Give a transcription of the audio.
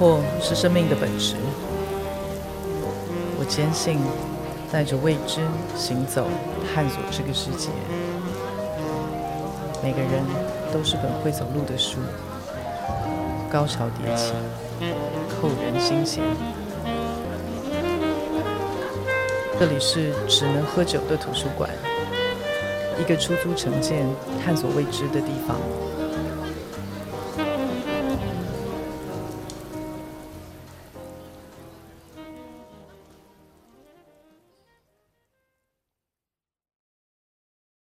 惑是生命的本质。我坚信，带着未知行走，探索这个世界。每个人都是本会走路的书，高潮迭起，扣人心弦。这里是只能喝酒的图书馆，一个出租成见、探索未知的地方。